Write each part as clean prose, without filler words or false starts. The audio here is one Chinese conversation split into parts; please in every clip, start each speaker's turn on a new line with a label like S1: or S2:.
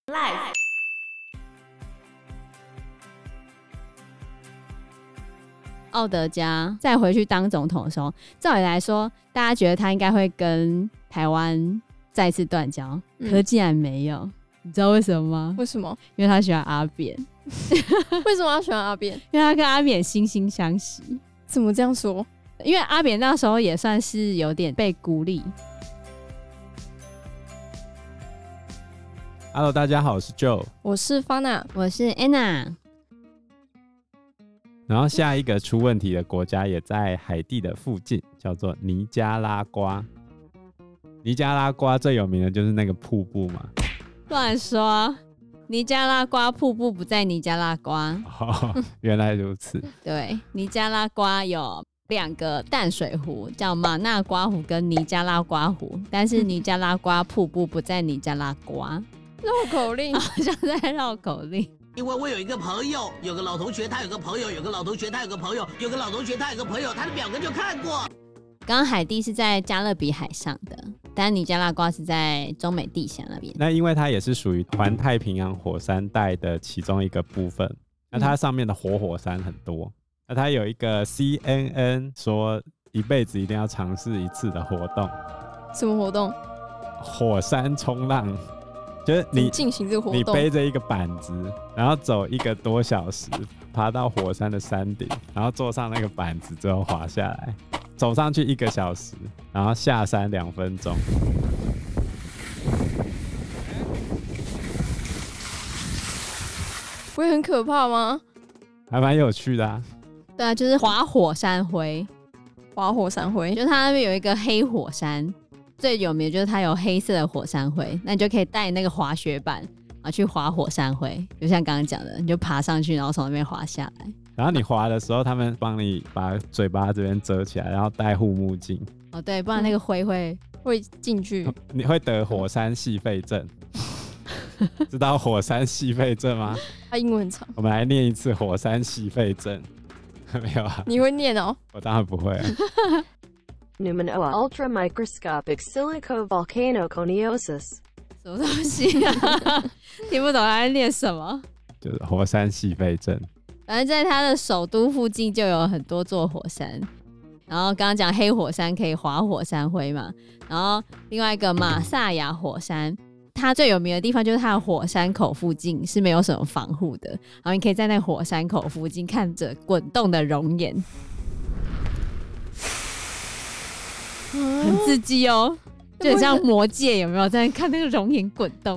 S1: Life。
S2: 奥德加再回去当总统的时候，照理来说，大家觉得他应该会跟台湾再次断交，可竟然没有。你知道为什么吗？
S3: 为什么？
S2: 因为他喜欢阿扁。
S3: 为什么要喜欢阿扁？
S2: 因为他跟阿扁惺惺相惜。
S3: 怎么这样说？
S2: 因为阿扁那时候也算是有点被孤立。
S4: Hello， 大家好，我是 Joe，
S3: 我是 Fana，
S2: 我是 Anna。
S4: 然后下一个出问题的国家也在海地的附近，叫做尼加拉瓜。尼加拉瓜最有名的就是那个瀑布嘛。
S2: 乱说，尼加拉瓜瀑布不在尼加拉瓜。
S4: 哦，原来如此。
S2: 对，尼加拉瓜有2个淡水湖，叫马纳瓜湖跟尼加拉瓜湖，但是尼加拉瓜瀑布不在尼加拉瓜。
S3: 绕口令，
S2: 好像在绕口令。
S1: 因为我有一个朋友，有个老同学，他有个朋友，有个老同学，他有个朋友，有个老同学，他有个朋友，他的表哥就看过。
S2: 刚刚海地是在加勒比海上的，但尼加拉瓜是在中美地峡那边。
S4: 那因为它也是属于环太平洋火山带的其中一个部分，那它上面的活火山很多。那它有一个 CNN 说一辈子一定要尝试一次的活动。
S3: 什么活动？
S4: 火山冲浪。就是你
S3: 进行这个活动，
S4: 你背着一个板子，然后走1个多小时，爬到火山的山顶，然后坐上那个板子之后滑下来，走上去1个小时，然后下山2分钟。
S3: 不会很可怕吗？
S4: 还蛮有趣的啊。
S2: 对啊，就是滑火山灰，
S3: 滑火山灰，
S2: 就是它那边有一个黑火山。最有名的就是它有黑色的火山灰，那你就可以带那个滑雪板啊去滑火山灰，就像刚刚讲的，你就爬上去，然后从那边滑下来。
S4: 然后你滑的时候，他们帮你把嘴巴这边遮起来，然后戴护目镜。
S2: 哦，对，不然那个灰
S3: 会进去，
S4: 你会得火山矽肺症。知道火山矽肺症吗？
S3: 它英文很长。
S4: 我们来念一次火山矽肺症。没有啊？
S3: 你会念哦？
S4: 我当然不会啊。
S5: Pneumanoa ultramicroscopic silicovolcanoconiosis
S2: 什么东西啊？听不懂他在念什么。
S4: 就是火山矽肺症。
S2: 反正在他的首都附近就有很多座火山，然后刚刚讲黑火山可以滑火山灰嘛，然后另外一个马萨亚火山，它最有名的地方就是它的火山口附近是没有什么防护的，然后你可以在那火山口附近看着滚动的熔岩。很刺激哦，就很像魔戒，有没有在看那个熔岩滚动？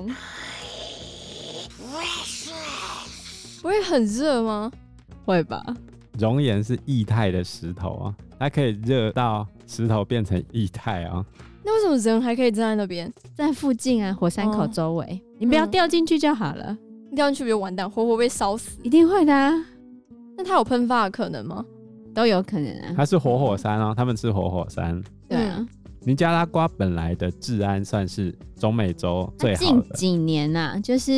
S3: 不会很热吗？
S2: 会吧。
S4: 熔岩是液态的石头啊，它可以热到石头变成液态啊。
S3: 那为什么人还可以站在那边？
S2: 在附近啊，火山口周围，你不要掉进去就好了。
S3: 掉进去不就完蛋，活活被烧死？
S2: 一定会的啊。
S3: 那它有喷发的可能吗？
S2: 都有可能啊。
S4: 它是活火山哦，他们是活火山。
S2: 对啊。
S4: 尼加拉瓜本来的治安算是中美洲最好的。
S2: 近几年啊，就是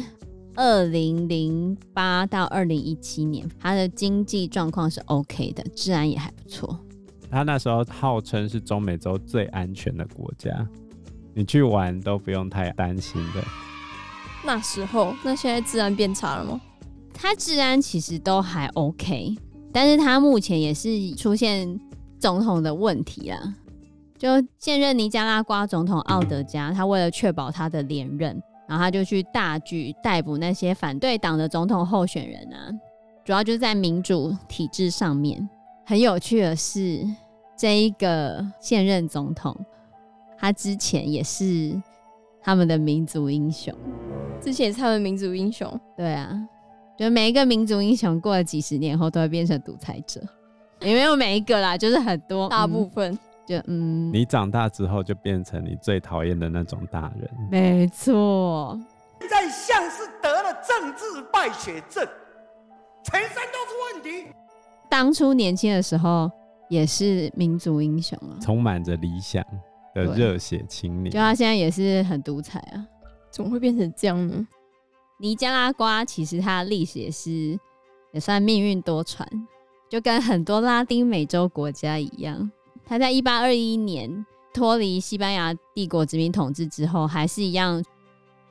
S2: 2008到2017年，它的经济状况是 OK 的，治安也还不错。
S4: 它那时候号称是中美洲最安全的国家，你去玩都不用太担心的。
S3: 那时候，那现在治安变差了吗？
S2: 它治安其实都还 OK， 但是它目前也是出现总统的问题啦。就现任尼加拉瓜总统奥德加，他为了确保他的连任，然后他就去大举逮捕那些反对党的总统候选人啊，主要就是在民主体制上面。很有趣的是，这一个现任总统，他之前也是他们的民族英雄。
S3: 之前也是他们民族英雄。
S2: 对啊，就每一个民族英雄过了几十年后都会变成独裁者，也没有每一个啦，就是很多
S3: 大部分。
S4: 你长大之后就变成你最讨厌的那种大人。
S2: 没错。
S6: 现在像是得了政治败血症，全身都是问题。
S2: 当初年轻的时候也是民族英雄啊，
S4: 充满着理想的热血青年。
S2: 就他现在也是很独裁啊。
S3: 怎么会变成这样呢？
S2: 尼加拉瓜其实它的历史也算命运多舛，就跟很多拉丁美洲国家一样。他在1821年脱离西班牙帝国殖民统治之后，还是一样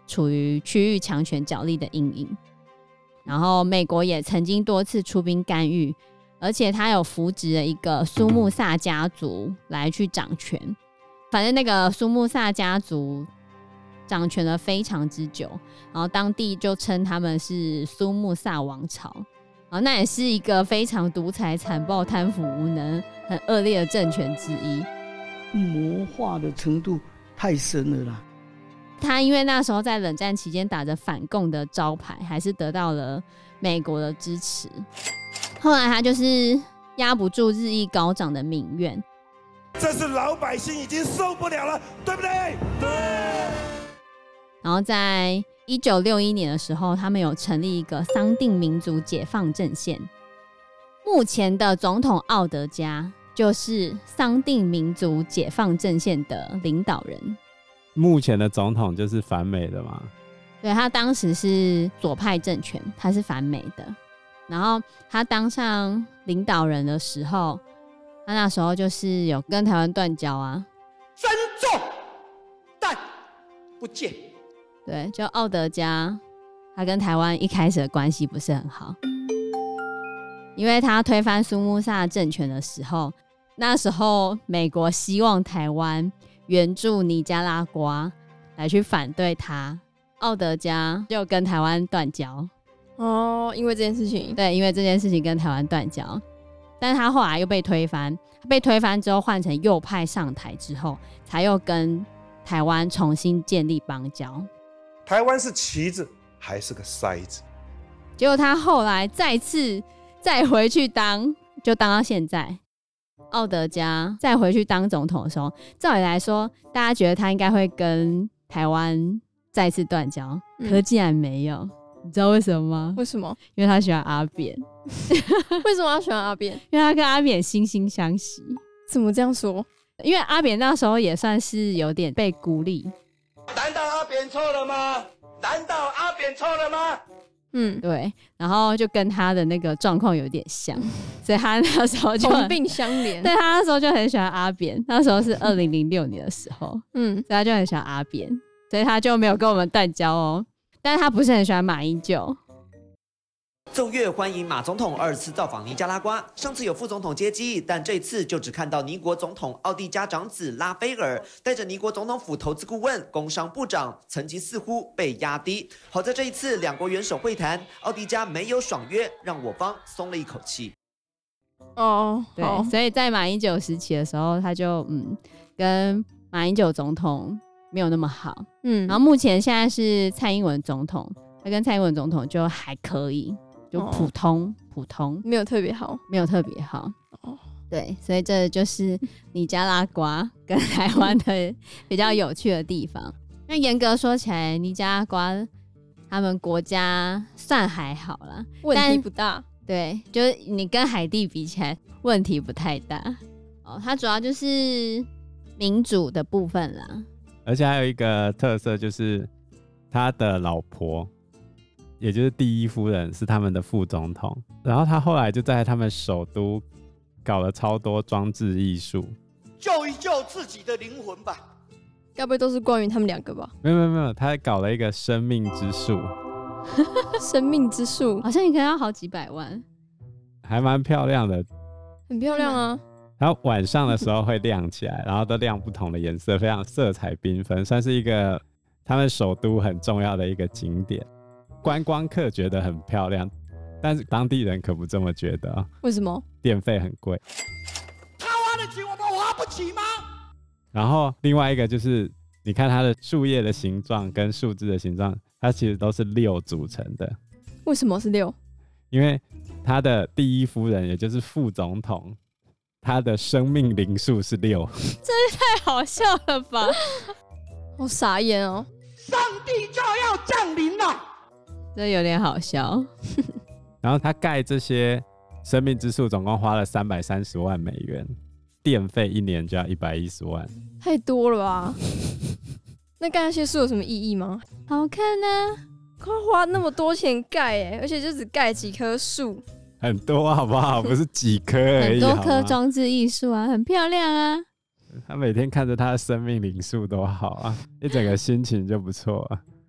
S2: 处于区域强权角力的阴影。然后美国也曾经多次出兵干预，而且他有扶植了一个苏木萨家族来去掌权。反正那个苏木萨家族掌权了非常之久，然后当地就称他们是苏木萨王朝。那也是一个非常独裁、残暴、贪腐无能、很恶劣的政权之一。
S7: 魔化的程度太深了啦。
S2: 他因为那时候在冷战期间打着反共的招牌，还是得到了美国的支持。后来他就是压不住日益高涨的民怨，
S6: 这是老百姓已经受不了了，对不对？对。
S2: 然后在1961年的时候，他们有成立一个桑定民族解放阵线。目前的总统奥德加就是桑定民族解放阵线的领导人。
S4: 目前的总统就是反美的嘛？
S2: 对，他当时是左派政权，他是反美的。然后他当上领导人的时候，他那时候就是有跟台湾断交啊，
S6: 尊重但不见。
S2: 对，就奥德加，他跟台湾一开始的关系不是很好，因为他推翻苏木萨政权的时候，那时候美国希望台湾援助尼加拉瓜来去反对他，奥德加就跟台湾断交。
S3: 因为这件事情。
S2: 对，因为这件事情跟台湾断交，但是他后来又被推翻，被推翻之后换成右派上台之后，才又跟台湾重新建立邦交。
S6: 台湾是棋子还是个筛子？
S2: 结果他后来再回去当，就当到现在。奥德加再回去当总统的时候，照理来说，大家觉得他应该会跟台湾再次断交，可竟然没有。你知道为什么吗？
S3: 为什么？
S2: 因为他喜欢阿扁。
S3: 为什么要喜欢阿扁？
S2: 因为他跟阿扁惺惺相惜。
S3: 怎么这样说？
S2: 因为阿扁那时候也算是有点被孤立。
S6: 难道阿扁错了吗？难道阿扁错了吗？
S2: 对，然后就跟他的那个状况有点像，所以他那时候就
S3: 同病相怜。
S2: 对，他那时候就很喜欢阿扁，那时候是2006年的时候，所以他就很喜欢阿扁，所以他就没有跟我们断交哦。但是他不是很喜欢马英九。
S8: 奏乐欢迎马总统2次造访尼加拉瓜，上次有副总统接机，但这次就只看到尼国总统奥蒂加长子拉斐尔带着尼国总统府投资顾问、工商部长，层级似乎被压低。好在这一次两国元首会谈，奥蒂加没有爽约，让我方松了一口气。
S2: 对，所以在马英九时期的时候，他就跟马英九总统没有那么好。然后目前现在是蔡英文总统，他跟蔡英文总统就还可以。就普通，
S3: 没有特别好，
S2: 没有特别好。对，所以这就是尼加拉瓜跟台湾的比较有趣的地方。那严格说起来，尼加拉瓜他们国家算还好啦，
S3: 问题不大。
S2: 对，就是你跟海地比起来，问题不太大。它主要就是民主的部分啦。
S4: 而且还有一个特色就是他的老婆。也就是第一夫人是他们的副总统，然后他后来就在他们首都搞了超多装置艺术，
S6: 救一救自己的灵魂吧。
S3: 该不会都是关于他们两个吧？
S4: 没有，他搞了一个生命之树。
S3: 生命之树
S2: 好像一个要好几百万，
S4: 还蛮漂亮的，
S3: 很漂亮啊。
S4: 然后晚上的时候会亮起来，然后都亮不同的颜色，非常色彩缤纷，算是一个他们首都很重要的一个景点。观光客觉得很漂亮，但是当地人可不这么觉得啊。
S3: 为什么？
S4: 电费很贵。
S6: 他花得起，我们花不起吗？
S4: 然后另外一个就是，你看它的树叶的形状跟树枝的形状，它其实都是6组成的。
S3: 为什么是6？
S4: 因为他的第一夫人，也就是副总统，他的生命灵数是6。
S2: 这也太好笑了吧！
S3: 好傻眼哦！
S6: 上帝就要降临了。
S2: 这有点好笑。
S4: 然后他盖这些生命之树总共花了330万美元，电费1年就要110万，
S3: 太多了吧？那盖那些树有什么意义吗？
S2: 好看啊！
S3: 快花那么多钱盖而且就只盖几棵树，
S4: 很多好不好？不是几棵而已，
S2: 很多棵装置艺术啊，很漂亮啊。
S4: 他每天看着他的生命灵数都好啊，一整个心情就不错啊。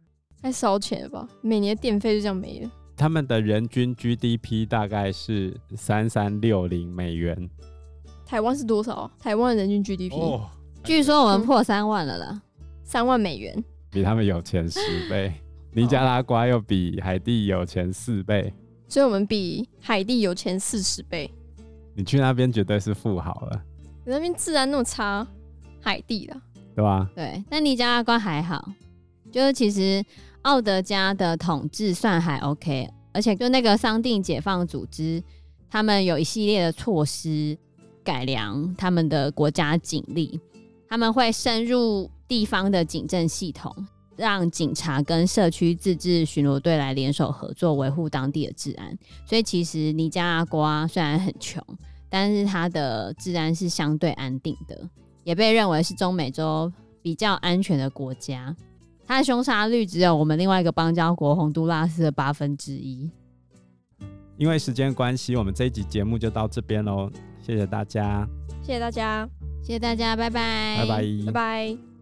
S3: 太烧钱了吧？每年的电费就这样没了。
S4: 他们的人均 GDP 大概是3360美元。
S3: 台湾是多少啊？台湾的人均 GDP、
S2: 据说我们破3万了啦
S3: 3万美元，
S4: 比他们有钱10倍。尼加拉瓜又比海地有钱4倍，
S3: 所以我们比海地有钱40倍。
S4: 你去那边绝对是富豪了。
S3: 那边治安那么差，海地啦，
S4: 对吧？
S2: 对，但尼加拉瓜还好，就是其实奥德加的统治算还 OK， 而且就那个桑定解放组织，他们有一系列的措施改良他们的国家警力，他们会深入地方的警政系统，让警察跟社区自治巡逻队来联手合作，维护当地的治安。所以其实尼加拉瓜虽然很穷，但是它的治安是相对安定的，也被认为是中美洲比较安全的国家。它的凶杀率只有我们另外一个邦交国洪都拉斯的1/8。
S4: 因为时间关系，我们这一集节目就到这边咯，谢谢大家，
S3: 谢谢大家，
S2: 谢谢大家，拜拜，
S4: 拜拜，
S3: 拜拜。